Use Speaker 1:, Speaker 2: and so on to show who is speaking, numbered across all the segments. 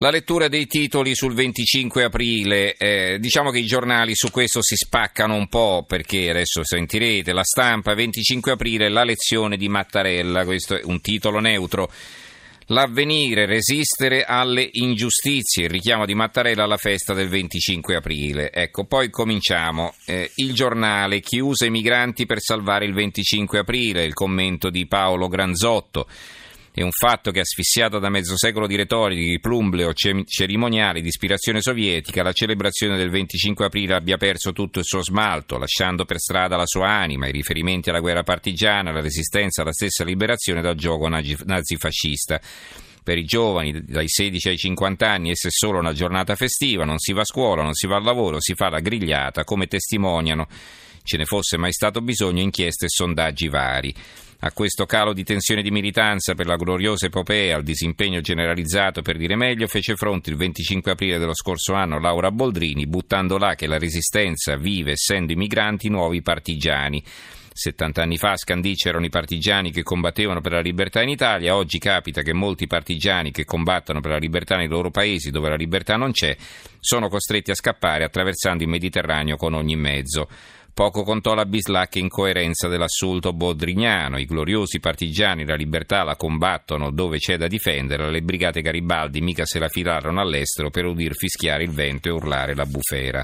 Speaker 1: La lettura dei titoli sul 25 aprile, diciamo che i giornali su questo si spaccano un po', perché adesso sentirete La Stampa, 25 aprile, la lezione di Mattarella, questo è un titolo neutro. L'Avvenire, resistere alle ingiustizie, il richiamo di Mattarella alla festa del 25 aprile. Ecco, poi cominciamo. Il Giornale, chi usa i migranti per salvare il 25 aprile, il commento di Paolo Granzotto. È un fatto che, asfissiata da mezzo secolo di retorica, di plumbleo cerimoniali di ispirazione sovietica, la celebrazione del 25 aprile abbia perso tutto il suo smalto, lasciando per strada la sua anima, i riferimenti alla guerra partigiana, la resistenza alla stessa liberazione dal gioco nazifascista. Per i giovani, dai 16 ai 50 anni, essa è solo una giornata festiva, non si va a scuola, non si va al lavoro, si fa la grigliata, come testimoniano, ce ne fosse mai stato bisogno, inchieste e sondaggi vari. A questo calo di tensione di militanza per la gloriosa epopea, al disimpegno generalizzato per dire meglio, fece fronte il 25 aprile dello scorso anno Laura Boldrini, buttando là che la resistenza vive, essendo i migranti, nuovi partigiani. 70 anni fa a Scandì c'erano i partigiani che combattevano per la libertà in Italia, oggi capita che molti partigiani che combattono per la libertà nei loro paesi dove la libertà non c'è, sono costretti a scappare attraversando il Mediterraneo con ogni mezzo. Poco contò la bislacca incoerenza dell'assunto boldriniano. I gloriosi partigiani la libertà la combattono dove c'è da difenderla, le brigate Garibaldi mica se la filarono all'estero per udir fischiare il vento e urlare la bufera.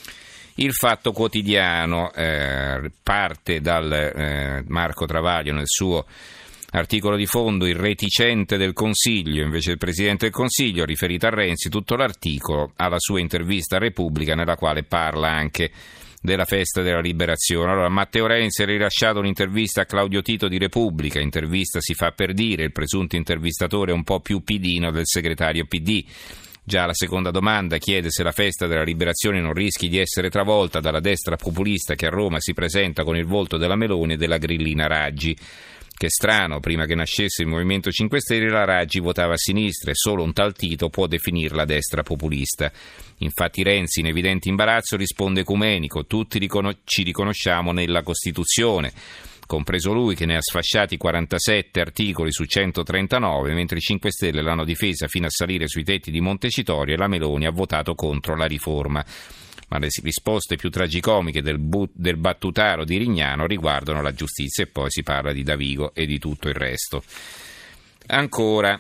Speaker 1: Il Fatto Quotidiano parte dal Marco Travaglio nel suo articolo di fondo, il reticente del Consiglio, invece del Presidente del Consiglio, riferito a Renzi, tutto l'articolo alla sua intervista a Repubblica, nella quale parla anche della festa della liberazione. Allora, Matteo Renzi ha rilasciato un'intervista a Claudio Tito di Repubblica, intervista si fa per dire, il presunto intervistatore è un po' più pidino del segretario PD. Già la seconda domanda chiede se la festa della liberazione non rischi di essere travolta dalla destra populista che a Roma si presenta con il volto della Meloni e della grillina Raggi. Che strano, prima che nascesse il Movimento 5 Stelle la Raggi votava a sinistra e solo un tal Tito può definirla destra populista. Infatti Renzi, in evidente imbarazzo, risponde ecumenico: tutti ci riconosciamo nella Costituzione, compreso lui che ne ha sfasciati 47 articoli su 139, mentre i 5 Stelle l'hanno difesa fino a salire sui tetti di Montecitorio e la Meloni ha votato contro la riforma. Ma le risposte più tragicomiche del battutaro di Rignano riguardano la giustizia, e poi si parla di Davigo e di tutto il resto. Ancora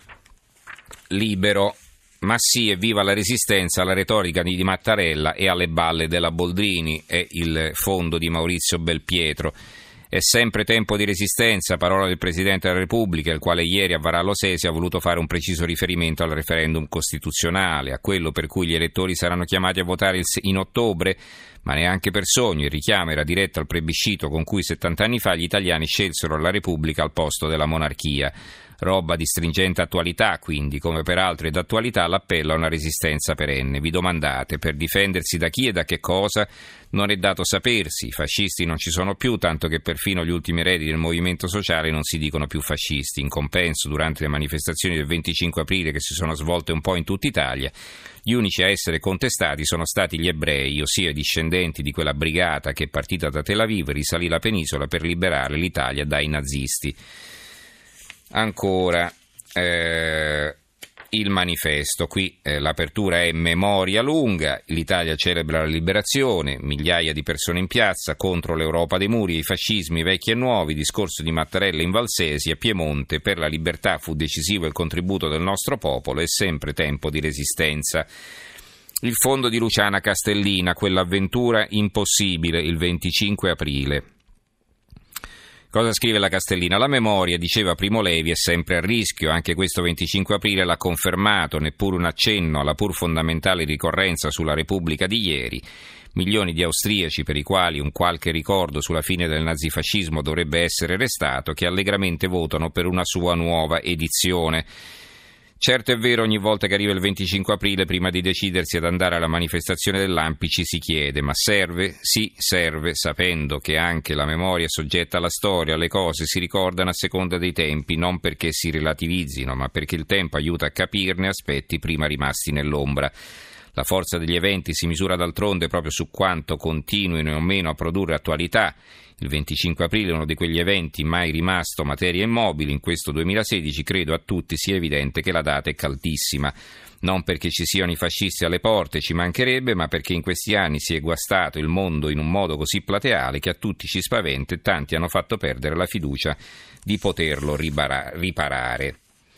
Speaker 1: Libero. Ma sì, evviva la resistenza alla retorica di Mattarella e alle balle della Boldrini, è il fondo di Maurizio Belpietro. È sempre tempo di resistenza, parola del Presidente della Repubblica, il quale ieri a Varallo Sesi ha voluto fare un preciso riferimento al referendum costituzionale, a quello per cui gli elettori saranno chiamati a votare in ottobre, ma neanche per sogno. Il richiamo era diretto al plebiscito con cui 70 anni fa gli italiani scelsero la Repubblica al posto della monarchia. Roba di stringente attualità, quindi, come peraltro è d'attualità l'appello a una resistenza perenne. Vi domandate, per difendersi da chi e da che cosa? Non è dato sapersi, i fascisti non ci sono più, tanto che perfino gli ultimi eredi del movimento sociale non si dicono più fascisti. In compenso, durante le manifestazioni del 25 aprile che si sono svolte un po' in tutta Italia, gli unici a essere contestati sono stati gli ebrei, ossia i discendenti di quella brigata che, partita da Tel Aviv, risalì la penisola per liberare l'Italia dai nazisti. Ancora il Manifesto, qui l'apertura è memoria lunga, l'Italia celebra la liberazione, migliaia di persone in piazza contro l'Europa dei muri, i fascismi vecchi e nuovi, discorso di Mattarella in Valsesi, a Piemonte, per la libertà fu decisivo il contributo del nostro popolo, è sempre tempo di resistenza. Il fondo di Luciana Castellina, quell'avventura impossibile, il 25 aprile. Cosa scrive la Castellina? La memoria, diceva Primo Levi, è sempre a rischio, anche questo 25 aprile l'ha confermato, neppure un accenno alla pur fondamentale ricorrenza sulla Repubblica di ieri. Milioni di austriaci per i quali un qualche ricordo sulla fine del nazifascismo dovrebbe essere restato, che allegramente votano per una sua nuova edizione. Certo è vero, ogni volta che arriva il 25 aprile, prima di decidersi ad andare alla manifestazione dell'ANPI, ci si chiede: ma serve? Sì, serve, sapendo che anche la memoria è soggetta alla storia, le cose si ricordano a seconda dei tempi, non perché si relativizzino, ma perché il tempo aiuta a capirne aspetti prima rimasti nell'ombra. La forza degli eventi si misura d'altronde proprio su quanto continuino o meno a produrre attualità. Il 25 aprile è uno di quegli eventi mai rimasto materia immobile. In questo 2016 credo a tutti sia evidente che la data è caldissima. Non perché ci siano i fascisti alle porte, ci mancherebbe, ma perché in questi anni si è guastato il mondo in un modo così plateale che a tutti ci spaventa e tanti hanno fatto perdere la fiducia di poterlo riparare.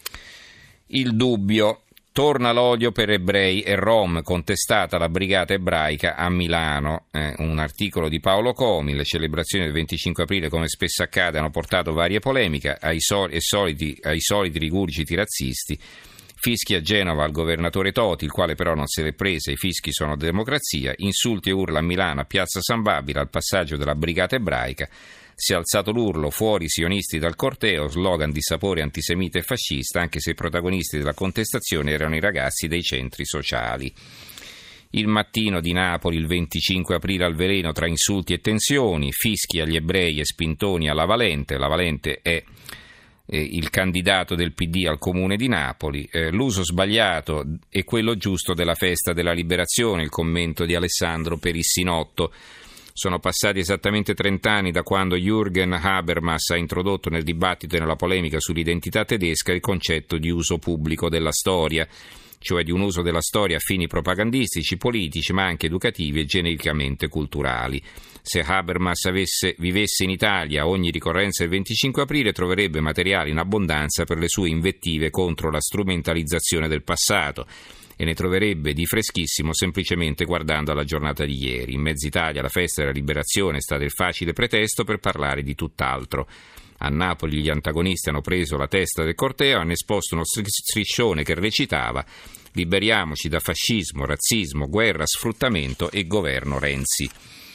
Speaker 1: Il dubbio. Torna l'odio per ebrei e rom, contestata la brigata ebraica a Milano. Un articolo di Paolo Comi. Le celebrazioni del 25 aprile, come spesso accade, hanno portato varie polemiche ai soliti rigurgiti razzisti. Fischi a Genova al governatore Toti, il quale però non se l'è presa, i fischi sono democrazia. Insulti e urla a Milano a Piazza San Babila al passaggio della brigata ebraica. Si è alzato l'urlo fuori sionisti dal corteo, slogan di sapore antisemita e fascista, anche se i protagonisti della contestazione erano i ragazzi dei centri sociali. Il Mattino di Napoli il 25 aprile al veleno tra insulti e tensioni, fischi agli ebrei e spintoni alla Valente. La Valente è il candidato del PD al comune di Napoli. L'uso sbagliato e quello giusto della festa della liberazione, il commento di Alessandro Perissinotto. Sono passati esattamente 30 anni da quando Jürgen Habermas ha introdotto nel dibattito e nella polemica sull'identità tedesca il concetto di uso pubblico della storia, cioè di un uso della storia a fini propagandistici, politici, ma anche educativi e genericamente culturali. Se Habermas vivesse in Italia, ogni ricorrenza del 25 aprile troverebbe materiale in abbondanza per le sue invettive contro la strumentalizzazione del passato, e ne troverebbe di freschissimo semplicemente guardando alla giornata di ieri. In mezza Italia la festa della liberazione è stata il facile pretesto per parlare di tutt'altro. A Napoli gli antagonisti hanno preso la testa del corteo e hanno esposto uno striscione che recitava: liberiamoci da fascismo, razzismo, guerra, sfruttamento e governo Renzi.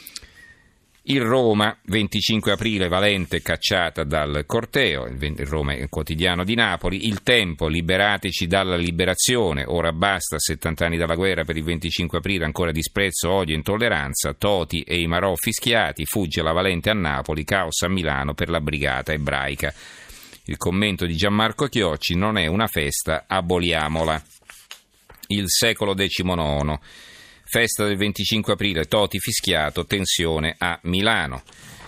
Speaker 1: Il Roma, 25 aprile, Valente cacciata dal corteo, il Roma è il quotidiano di Napoli. Il Tempo, liberateci dalla liberazione, ora basta, 70 anni dalla guerra, per il 25 aprile ancora disprezzo, odio e intolleranza, Toti e i Marò fischiati, fugge la Valente a Napoli, caos a Milano per la brigata ebraica. Il commento di Gianmarco Chiocci: non è una festa, aboliamola. Il Secolo XIX. Festa del 25 aprile, Toti fischiato, tensione a Milano.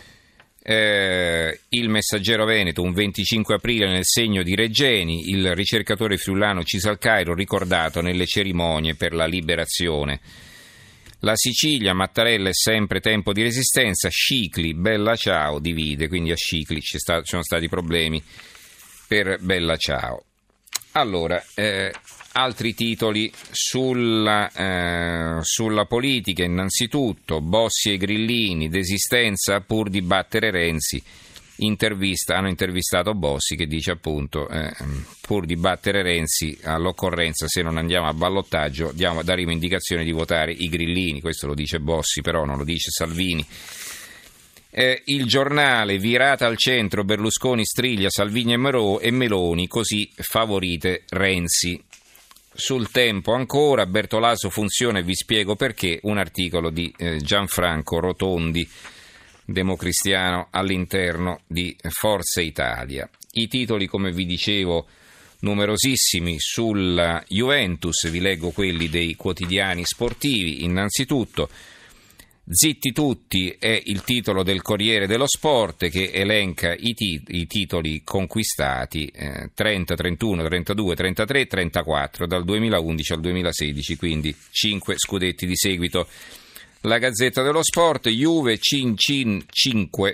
Speaker 1: Il Messaggero Veneto, un 25 aprile nel segno di Regeni, il ricercatore friulano Cisalcairo ricordato nelle cerimonie per la liberazione. La Sicilia, Mattarella è sempre tempo di resistenza, Scicli, Bella Ciao divide, quindi a Scicli ci sono stati problemi per Bella Ciao. Allora, altri titoli sulla politica, innanzitutto Bossi e Grillini, desistenza pur di battere Renzi. Hanno intervistato Bossi che dice appunto pur di battere Renzi all'occorrenza, se non andiamo a ballottaggio daremo indicazione di votare i Grillini. Questo lo dice Bossi, però non lo dice Salvini. Il Giornale, virata al centro, Berlusconi striglia Salvini e Meloni, così favorite Renzi. Sul Tempo ancora, Bertolaso funziona e vi spiego perché, un articolo di Gianfranco Rotondi, democristiano all'interno di Forza Italia. I titoli, come vi dicevo, numerosissimi sulla Juventus, vi leggo quelli dei quotidiani sportivi. Innanzitutto, Zitti tutti è il titolo del Corriere dello Sport, che elenca i titoli conquistati 30, 31, 32, 33, 34 dal 2011 al 2016, quindi 5 scudetti di seguito. La Gazzetta dello Sport, Juve Cin 5,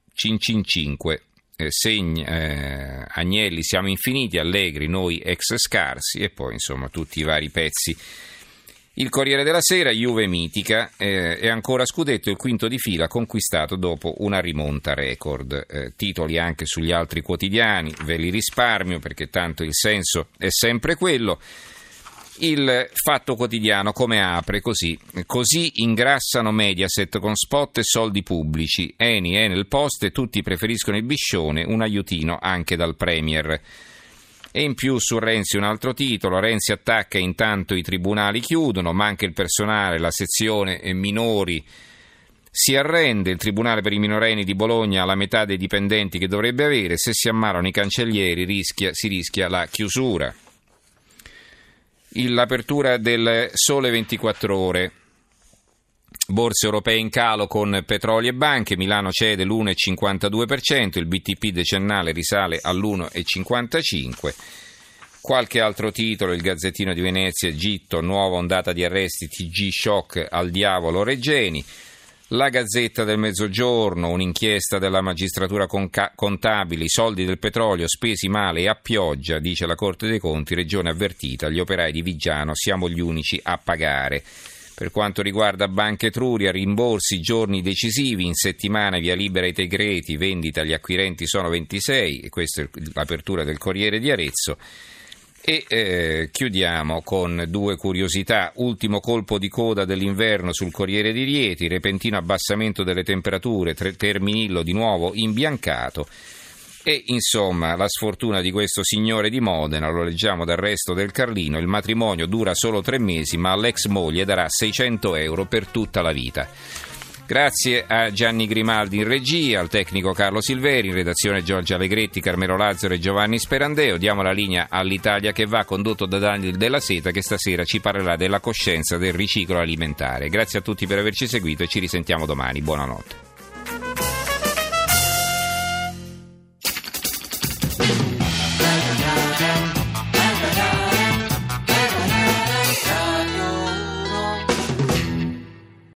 Speaker 1: Agnelli siamo infiniti, Allegri noi ex scarsi, e poi insomma tutti i vari pezzi. Il Corriere della Sera, Juve mitica, è ancora scudetto, il quinto di fila conquistato dopo una rimonta record. Titoli anche sugli altri quotidiani, ve li risparmio perché tanto il senso è sempre quello. Il Fatto Quotidiano come apre così ingrassano Mediaset con spot e soldi pubblici, Eni, Enel, Poste, tutti preferiscono il biscione, un aiutino anche dal Premier. E in più su Renzi un altro titolo, Renzi attacca intanto i tribunali chiudono, ma anche il personale, la sezione minori si arrende, il Tribunale per i minorenni di Bologna ha la metà dei dipendenti che dovrebbe avere, se si ammalano i cancellieri si rischia la chiusura. L'apertura del Sole 24 Ore. Borse europee in calo con petrolio e banche, Milano cede l'1,52%, il BTP decennale risale all'1,55%. Qualche altro titolo: il Gazzettino di Venezia, Egitto, nuova ondata di arresti, TG shock, al diavolo Regeni. La Gazzetta del Mezzogiorno, un'inchiesta della magistratura contabile, i soldi del petrolio spesi male e a pioggia, dice la Corte dei Conti, regione avvertita, gli operai di Viggiano, siamo gli unici a pagare. Per quanto riguarda Banca Etruria, rimborsi, giorni decisivi, in settimana via libera ai Tegreti, vendita agli acquirenti sono 26, e questa è l'apertura del Corriere di Arezzo. E chiudiamo con due curiosità: ultimo colpo di coda dell'inverno sul Corriere di Rieti, repentino abbassamento delle temperature, Terminillo di nuovo imbiancato, e insomma la sfortuna di questo signore di Modena, lo leggiamo dal Resto del Carlino, il matrimonio dura solo 3 mesi ma all'ex moglie darà 600 euro per tutta la vita. Grazie a Gianni Grimaldi in regia, al tecnico Carlo Silveri, in redazione Giorgia Allegretti, Carmelo Lazzaro e Giovanni Sperandeo. Diamo la linea all'Italia che va, condotto da Daniel Della Seta, che stasera ci parlerà della coscienza del riciclo alimentare. Grazie a tutti per averci seguito e ci risentiamo domani. Buonanotte.